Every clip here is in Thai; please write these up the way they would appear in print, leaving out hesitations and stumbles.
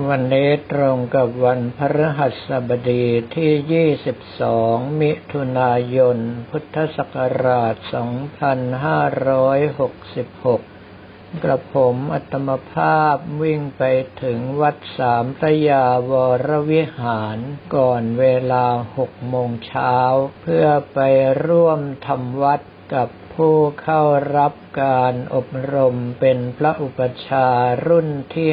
วันนี้ตรงกับวันพฤหัสบดีที่22มิถุนายนพุทธศักราช2566กระผมอัตมภาพวิ่งไปถึงวัดสามพระยาวรวิหารก่อนเวลา6 โมงเช้าเพื่อไปร่วมทำวัดกับผู้เข้ารับการอบรมเป็นพระอุปัชฌาย์รุ่นที่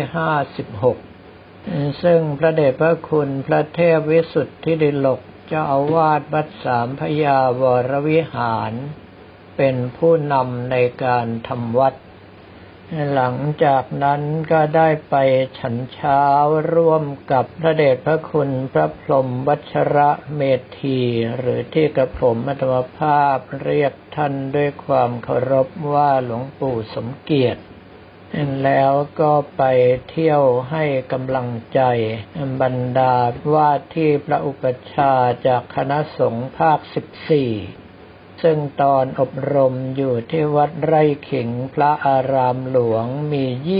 56ซึ่งพระเดชพระคุณพระเทพวิสุทธิดิลกเจ้าอาวาสวัดสามพระยาวรวิหารเป็นผู้นำในการทำวัดหลังจากนั้นก็ได้ไปฉันเช้าร่วมกับพระเดชพระคุณพระพรหมวัชระเมธีหรือที่กระผมอัตมภาพเรียกท่านด้วยความเคารพว่าหลวงปู่สมเกียรติแล้วก็ไปเที่ยวให้กำลังใจบรรดาว่าที่พระอุปัชฌาย์จากคณะสงฆ์ภาค14ซึ่งตอนอบรมอยู่ที่วัดไร่ขิงพระอารามหลวงมี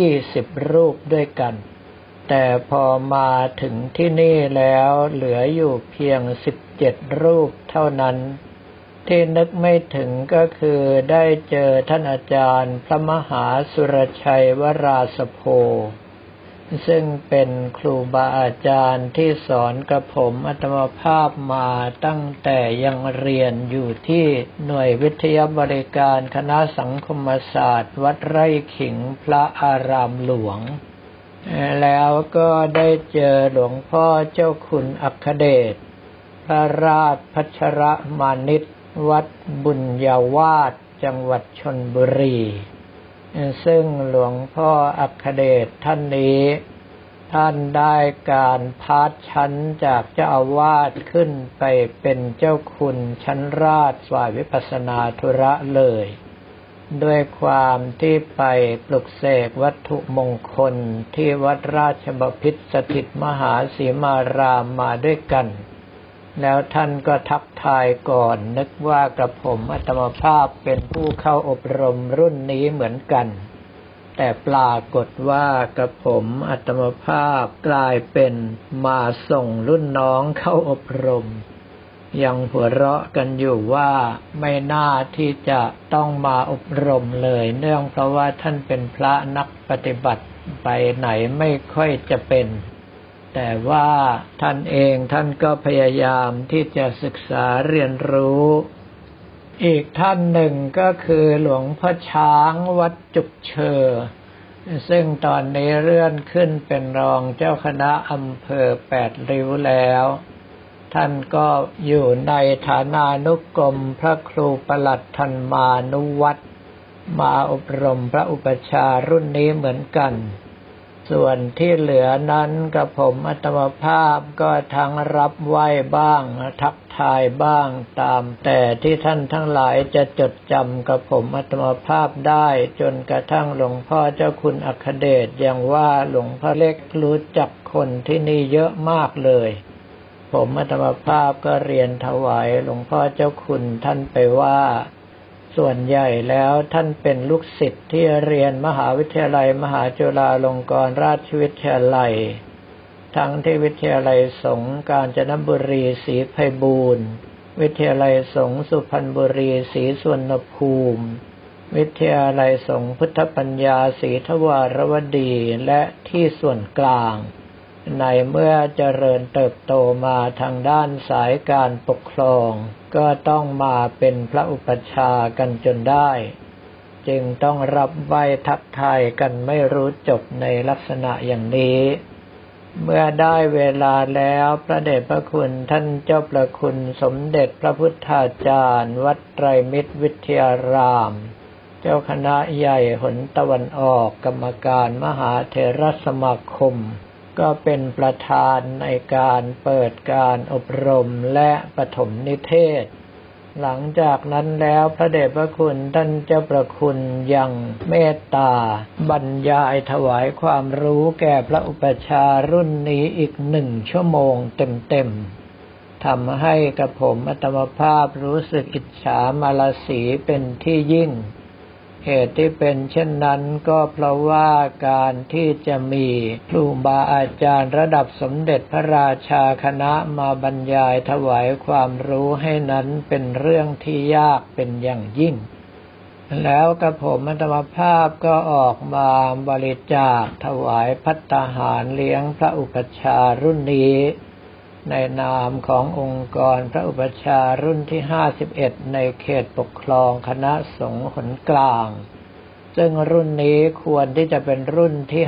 20 รูปด้วยกันแต่พอมาถึงที่นี่แล้วเหลืออยู่เพียง17 รูปเท่านั้นที่นึกไม่ถึงก็คือได้เจอท่านอาจารย์พระมหาสุรชัยวราสโภซึ่งเป็นครูบาอาจารย์ที่สอนกระผมอัตมภาพมาตั้งแต่ยังเรียนอยู่ที่หน่วยวิทยาบริการคณะสังคมศาสตร์วัดไร่ขิงพระอารามหลวงแล้วก็ได้เจอหลวงพ่อเจ้าคุณอัคเดชพระราชพัชรมานิชวัดบุญญาวาสจังหวัดชลบุรีซึ่งหลวงพ่ออัคเดชท่านนี้ท่านได้การพาดชั้นจากเจ้าอาวาสขึ้นไปเป็นเจ้าคุณชั้นราชฝ่ายวิปัสสนาธุระเลยด้วยความที่ไปปลุกเสกวัตถุมงคลที่วัดราชบพิตรสถิตมหาสีมารามมาด้วยกันแล้วท่านก็ทักทายก่อนนึกว่ากระผมอัตมภาพเป็นผู้เข้าอบรมรุ่นนี้เหมือนกันแต่ปรากฏว่ากระผมอัตมภาพกลายเป็นมาส่งรุ่นน้องเข้าอบรมยังหัวเราะกันอยู่ว่าไม่น่าที่จะต้องมาอบรมเลยเนื่องเพราะว่าท่านเป็นพระนักปฏิบัติไปไหนไม่ค่อยจะเป็นแต่ว่าท่านเองท่านก็พยายามที่จะศึกษาเรียนรู้อีกท่านหนึ่งก็คือหลวงพ่อช้างวัดจุกเชอซึ่งตอนนี้เลื่อนขึ้นเป็นรองเจ้าคณะอำเภอ8 ริ้วแล้วท่านก็อยู่ในฐานานุกรมพระครูประหลัดธัมมานุวัตรมาอบรมพระอุปัชฌาย์รุ่นนี้เหมือนกันส่วนที่เหลือนั้นกับผมอัตมภาพก็ทั้งรับไหว้บ้างทักทายบ้างตามแต่ที่ท่านทั้งหลายจะจดจำกับผมอัตมภาพได้จนกระทั่งหลวงพ่อเจ้าคุณอัคเดชยังว่าหลวงพ่อเล็กรู้จักคนที่นี่เยอะมากเลยผมอัตมภาพก็เรียนถวายหลวงพ่อเจ้าคุณท่านไปว่าส่วนใหญ่แล้วท่านเป็นลูกศิษย์ที่เรียนมหาวิทยาลัยมหาจุฬาลงกรณราชวิทยาลัยทั้งที่วิทยาลัยสงฆ์กาญจนบุรีศรีไพบูลย์วิทยาลัยสงฆ์สุพรรณบุรีศรีสุวรรณภูมิวิทยาลัยสงฆ์พุทธปัญญาศรีทวารวดีและที่ส่วนกลางในเมื่อเจริญเติบโตมาทางด้านสายการปกครองก็ต้องมาเป็นพระอุปัชฌาย์กันจนได้จึงต้องรับไหว้ทักทายกันไม่รู้จบในลักษณะอย่างนี้เมื่อได้เวลาแล้วพระเดชพระคุณท่านเจ้าประคุณสมเด็จพระพุทธาจารย์วัดไตรมิตรวิทยารามเจ้าคณะใหญ่หนตะวันออกกรรมการมหาเถรสมาคมก็เป็นประธานในการเปิดการอบรมและปฐมนิเทศหลังจากนั้นแล้วพระเดชพระคุณท่านเจ้าประคุณยังเมตตาบรรยายถวายความรู้แก่พระอุปัชฌาย์รุ่นนี้อีก1 ชั่วโมงเต็มๆทำให้กระผมอัตมภาพรู้สึกอิจฉามาลาสีเป็นที่ยิ่งเหตุที่เป็นเช่นนั้นก็เพราะว่าการที่จะมีครูบาอาจารย์ระดับสมเด็จพระราชาคณะมาบรรยายถวายความรู้ให้นั้นเป็นเรื่องที่ยากเป็นอย่างยิ่งแล้วกระผมอัตมภาพก็ออกมาบริจาคถวายภัตตาหารเลี้ยงพระอุปัชฌาย์รุ่นนี้ในนามขององค์กรพระอุปัชฌาย์รุ่นที่51ในเขตปกครองคณะสงฆ์หนกลางซึ่งรุ่นนี้ควรที่จะเป็นรุ่นที่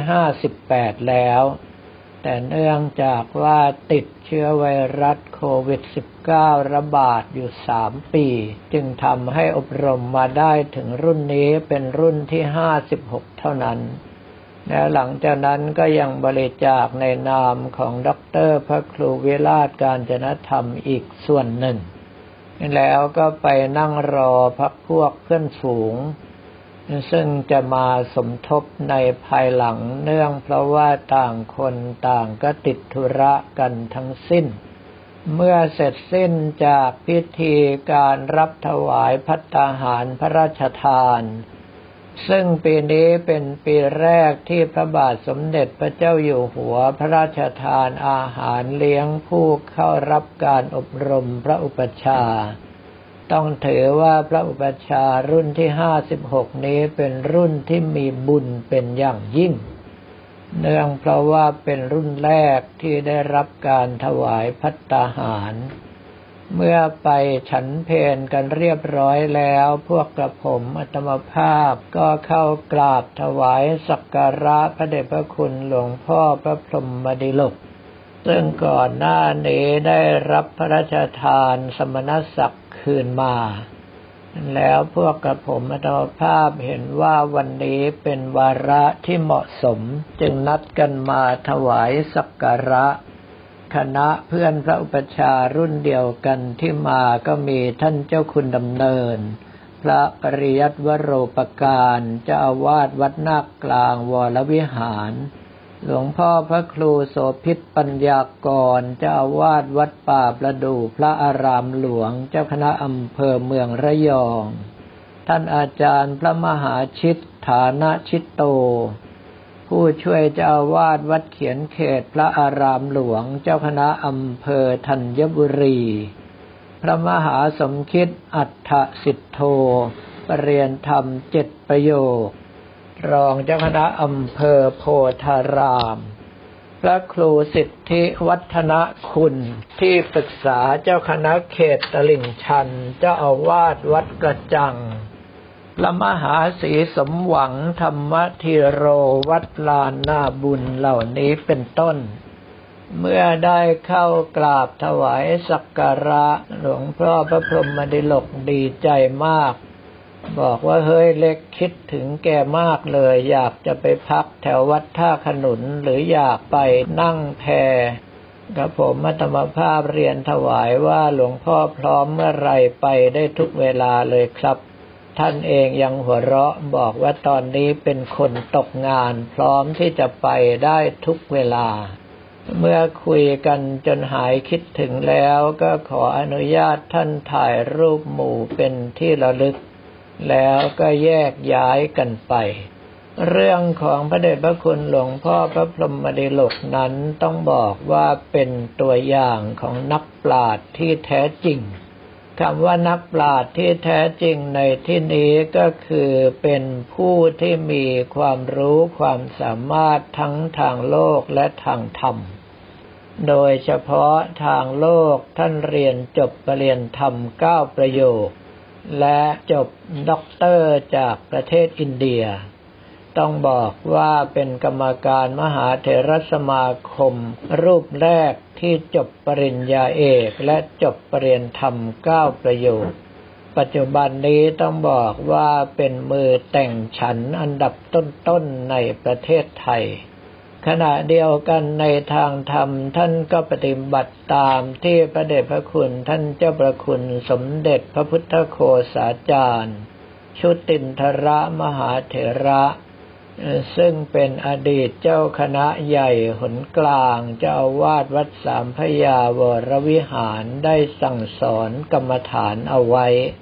58แล้วแต่เนื่องจากว่าติดเชื้อไวรัสโควิด -19 ระบาดอยู่3 ปีจึงทำให้อบรมมาได้ถึงรุ่นนี้เป็นรุ่นที่56เท่านั้นและหลังจากนั้นก็ยังบริจาคในนามของด็อกเตอร์พระครูวิราชกาญจนธรรมอีกส่วนหนึ่งแล้วก็ไปนั่งรอพรรคพวกเพื่อนฝูงซึ่งจะมาสมทบในภายหลังเนื่องเพราะว่าต่างคนต่างก็ติดธุระกันทั้งสิ้นเมื่อเสร็จสิ้นจากพิธีการรับถวายภัตตาหารพระราชทานซึ่งปีนี้เป็นปีแรกที่พระบาทสมเด็จพระเจ้าอยู่หัวพระราชทานอาหารเลี้ยงผู้เข้ารับการอบรมพระอุปัชฌาย์ต้องถือว่าพระอุปัชฌาย์รุ่นที่56นี้เป็นรุ่นที่มีบุญเป็นอย่างยิ่งเนื่องเพราะว่าเป็นรุ่นแรกที่ได้รับการถวายภัตตาหารเมื่อไปฉันเพลกันเรียบร้อยแล้วพวกกระผมอาตมภาพก็เข้ากราบถวายสักการะพระเดชพระคุณหลวงพ่อพระพรหมดิลกซึ่งก่อนหน้านี้ได้รับพระราชทานสมณศักดิ์คืนมาแล้วพวกกระผมอาตมภาพเห็นว่าวันนี้เป็นวาระที่เหมาะสมจึงนัดกันมาถวายสักการะคณะเพื่อนพระอุปัชฌาย์รุ่นเดียวกันที่มาก็มีท่านเจ้าคุณดำเนินพระปริยัติวโรปการเจ้าอาวาสวัดนาคกลางวรวิหารหลวงพ่อพระครูโสภิตปัญญากรเจ้าอาวาสวัดป่าประดู่พระอารามหลวงเจ้าคณะอำเภอเมืองระยองท่านอาจารย์พระมหาชิตฐานะชิตโตผู้ช่วยเจ้าอาวาสวัดเขียนเขตพระอารามหลวงเจ้าคณะอำเภอธัญบุรีพระมหาสมคิดอัฏฐสิทโธปรริยนธรรม7 ประโยครองเจ้าคณะอำเภอโพธารามพระครูสิทธิวัฒนคุณที่ปรึกษาเจ้าคณะเขตตลิ่งชันเจ้าอาวาสวัดกระจังพระมหาศรีสมหวังธรรมธีโรวัดลานนาบุญเหล่านี้เป็นต้นเมื่อได้เข้ากราบถวายสักการะหลวงพ่อพระพรหมดิลกดีใจมากบอกว่าเฮ้ยเล็กคิดถึงแกมากเลยอยากจะไปพักแถววัดท่าขนุนหรืออยากไปนั่งแพกับผมอาตมาภาพเรียนถวายว่าหลวงพ่อพร้อมเมื่อไรไปได้ทุกเวลาเลยครับท่านเองยังหัวเราะบอกว่าตอนนี้เป็นคนตกงานพร้อมที่จะไปได้ทุกเวลาเมื่อคุยกันจนหายคิดถึงแล้วก็ขออนุญาตท่านถ่ายรูปหมู่เป็นที่ระลึกแล้วก็แยกย้ายกันไปเรื่องของพระเดชพระคุณหลวงพ่อพระพรหมดิลกนั้นต้องบอกว่าเป็นตัวอย่างของนักปราชญ์ที่แท้จริงคำว่านักปราชญ์ที่แท้จริงในที่นี้ก็คือเป็นผู้ที่มีความรู้ความสามารถทั้งทางโลกและทางธรรมโดยเฉพาะทางโลกท่านเรียนจบปริญญาธรรม9 ประโยคและจบด็อกเตอร์จากประเทศอินเดียต้องบอกว่าเป็นกรรมการมหาเถรสมาคมรูปแรกที่จบปริญญาเอกและจบปริญญาธรรม9 ประโยคปัจจุบันนี้ต้องบอกว่าเป็นมือแต่งฉันอันดับต้นๆในประเทศไทยขณะเดียวกันในทางธรรมท่านก็ปฏิบัติตามที่พระเดชพระคุณท่านเจ้าประคุณสมเด็จพระพุทธโฆษาจารย์ชุตินทรมหาเถระซึ่งเป็นอดีตเจ้าคณะใหญ่หนกลางเจ้าอาวาสวัดสามพระยาวรวิหารได้สั่งสอนกรรมฐานเอาไว้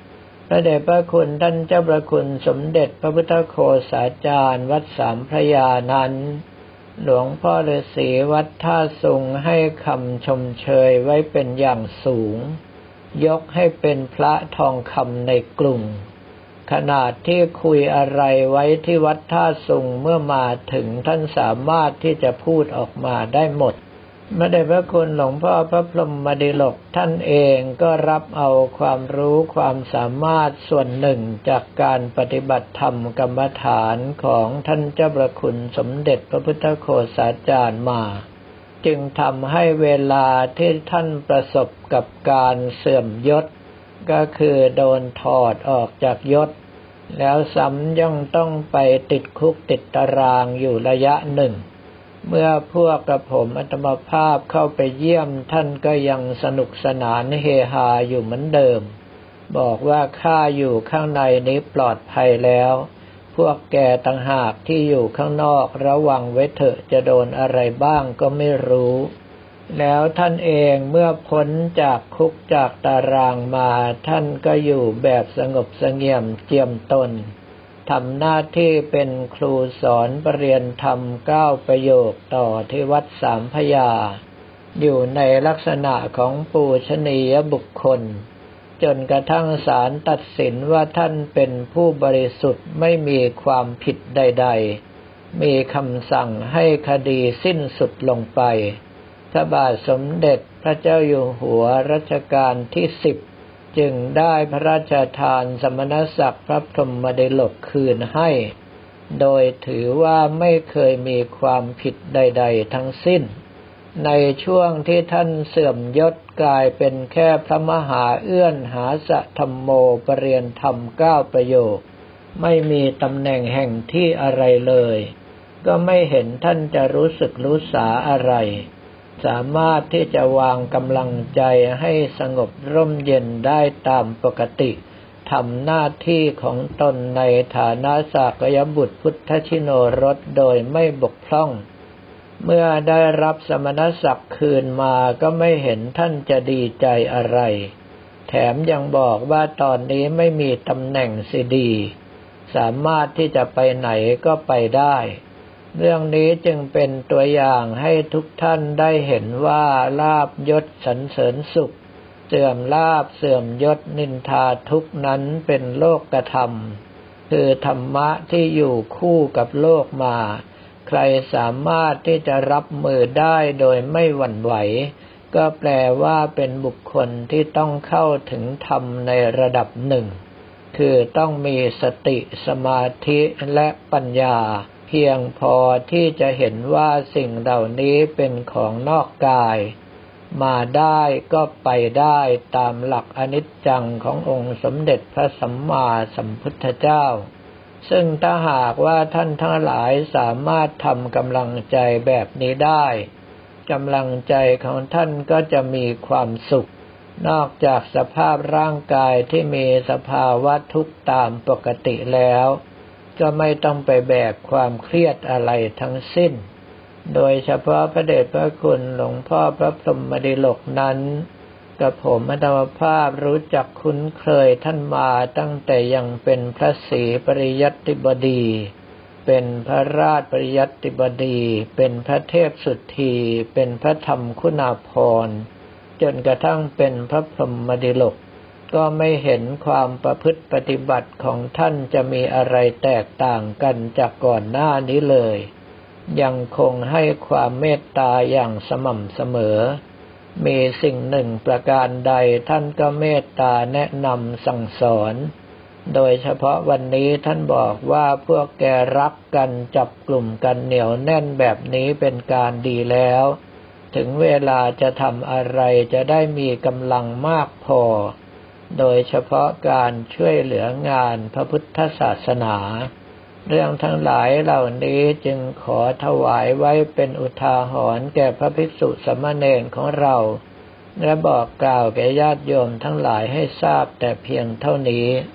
พระเดชพระคุณท่านเจ้าประคุณสมเด็จพระพุทธโฆษาจารย์วัดสามพระยานั้นหลวงพ่อฤาษีวัดท่าสุงให้คำชมเชยไว้เป็นอย่างสูงยกให้เป็นพระทองคำในกลุ่มขนาดที่คุยอะไรไว้ที่วัดท่าสุงเมื่อมาถึงท่านสามารถที่จะพูดออกมาได้หมดพระเดชพระคุณหลวงพ่อพระพรหมดิลกท่านเองก็รับเอาความรู้ความสามารถส่วนหนึ่งจากการปฏิบัติธรรมกรรมฐานของท่านเจ้าประคุณสมเด็จพระพุทธโฆษาจารย์มาจึงทำให้เวลาที่ท่านประสบกับการเสื่อมยศก็คือโดนถอดออกจากยศแล้วซ้ำยังต้องไปติดคุกติดตารางอยู่ระยะหนึ่งเมื่อพวกกระผมอาตมาภาพเข้าไปเยี่ยมท่านก็ยังสนุกสนานเฮฮาอยู่เหมือนเดิมบอกว่าข้าอยู่ข้างในนี้ปลอดภัยแล้วพวกแกต่างหากที่อยู่ข้างนอกระวังไว้เถอะจะโดนอะไรบ้างก็ไม่รู้แล้วท่านเองเมื่อพ้นจากคุกจากตารางมาท่านก็อยู่แบบสงบเสงี่ยมเจียมตนทำหน้าที่เป็นครูสอนปรริยนธรรม9ประโยคต่อที่วัดสามพระยาอยู่ในลักษณะของปูชนียบุคคลจนกระทั่งศาลตัดสินว่าท่านเป็นผู้บริสุทธิ์ไม่มีความผิดใดๆมีคำสั่งให้คดีสิ้นสุดลงไปพระบาทสมเด็จพระเจ้าอยู่หัวรัชกาลที่10จึงได้พระราชทานสมณศักดิ์พระพรหมดิลกคืนให้โดยถือว่าไม่เคยมีความผิดใดๆทั้งสิ้นในช่วงที่ท่านเสื่อมยศกลายเป็นแค่พระมหาเอื้อนหาสะธัมโมปรริยนธรรม9ประโยคไม่มีตำแหน่งแห่งที่อะไรเลยก็ไม่เห็นท่านจะรู้สึกรู้สาอะไรสามารถที่จะวางกำลังใจให้สงบร่มเย็นได้ตามปกติทำหน้าที่ของตนในฐานะสากยบุตรพุทธชิโนรสโดยไม่บกพร่องเมื่อได้รับสมณศักดิ์คืนมาก็ไม่เห็นท่านจะดีใจอะไรแถมยังบอกว่าตอนนี้ไม่มีตำแหน่งสิดีสามารถที่จะไปไหนก็ไปได้เรื่องนี้จึงเป็นตัวอย่างให้ทุกท่านได้เห็นว่าลาภยศสรรเสริญสุขเสื่อมลาภเสื่อมยศนินทาทุกนั้นเป็นโลกธรรมคือธรรมะที่อยู่คู่กับโลกมาใครสามารถที่จะรับมือได้โดยไม่หวั่นไหวก็แปลว่าเป็นบุคคลที่ต้องเข้าถึงธรรมในระดับหนึ่งคือต้องมีสติสมาธิและปัญญาเพียงพอที่จะเห็นว่าสิ่งเหล่านี้เป็นของนอกกายมาได้ก็ไปได้ตามหลักอนิจจังขององค์สมเด็จพระสัมมาสัมพุทธเจ้าซึ่งถ้าหากว่าท่านทั้งหลายสามารถทำกำลังใจแบบนี้ได้กำลังใจของท่านก็จะมีความสุขนอกจากสภาพร่างกายที่มีสภาวะทุกข์ตามปกติแล้วก็ไม่ต้องไปแบกความเครียดอะไรทั้งสิ้นโดยเฉพาะพระเดชพระคุณหลวงพ่อพระพรหมดิลกนั้นกับผมอาตมาภาพรู้จักคุ้นเคยท่านมาตั้งแต่ยังเป็นพระศรีปริยัติบดีเป็นพระราชปริยัติบดีเป็นพระเทพสุทธีเป็นพระธรรมคุณาภรณ์จนกระทั่งเป็นพระพรหมดิลกก็ไม่เห็นความประพฤติปฏิบัติของท่านจะมีอะไรแตกต่างกันจากก่อนหน้านี้เลยยังคงให้ความเมตตาอย่างสม่ำเสมอมีสิ่งหนึ่งประการใดท่านก็เมตตาแนะนำสั่งสอนโดยเฉพาะวันนี้ท่านบอกว่าพวกแกรักกันจับกลุ่มกันเหนียวแน่นแบบนี้เป็นการดีแล้วถึงเวลาจะทำอะไรจะได้มีกำลังมากพอโดยเฉพาะการช่วยเหลืองานพระพุทธศาสนาเรื่องทั้งหลายเหล่านี้จึงขอถวายไว้เป็นอุทาหรณ์แก่พระภิกษุสามเณรของเราและบอกกล่าวแก่ญาติโยมทั้งหลายให้ทราบแต่เพียงเท่านี้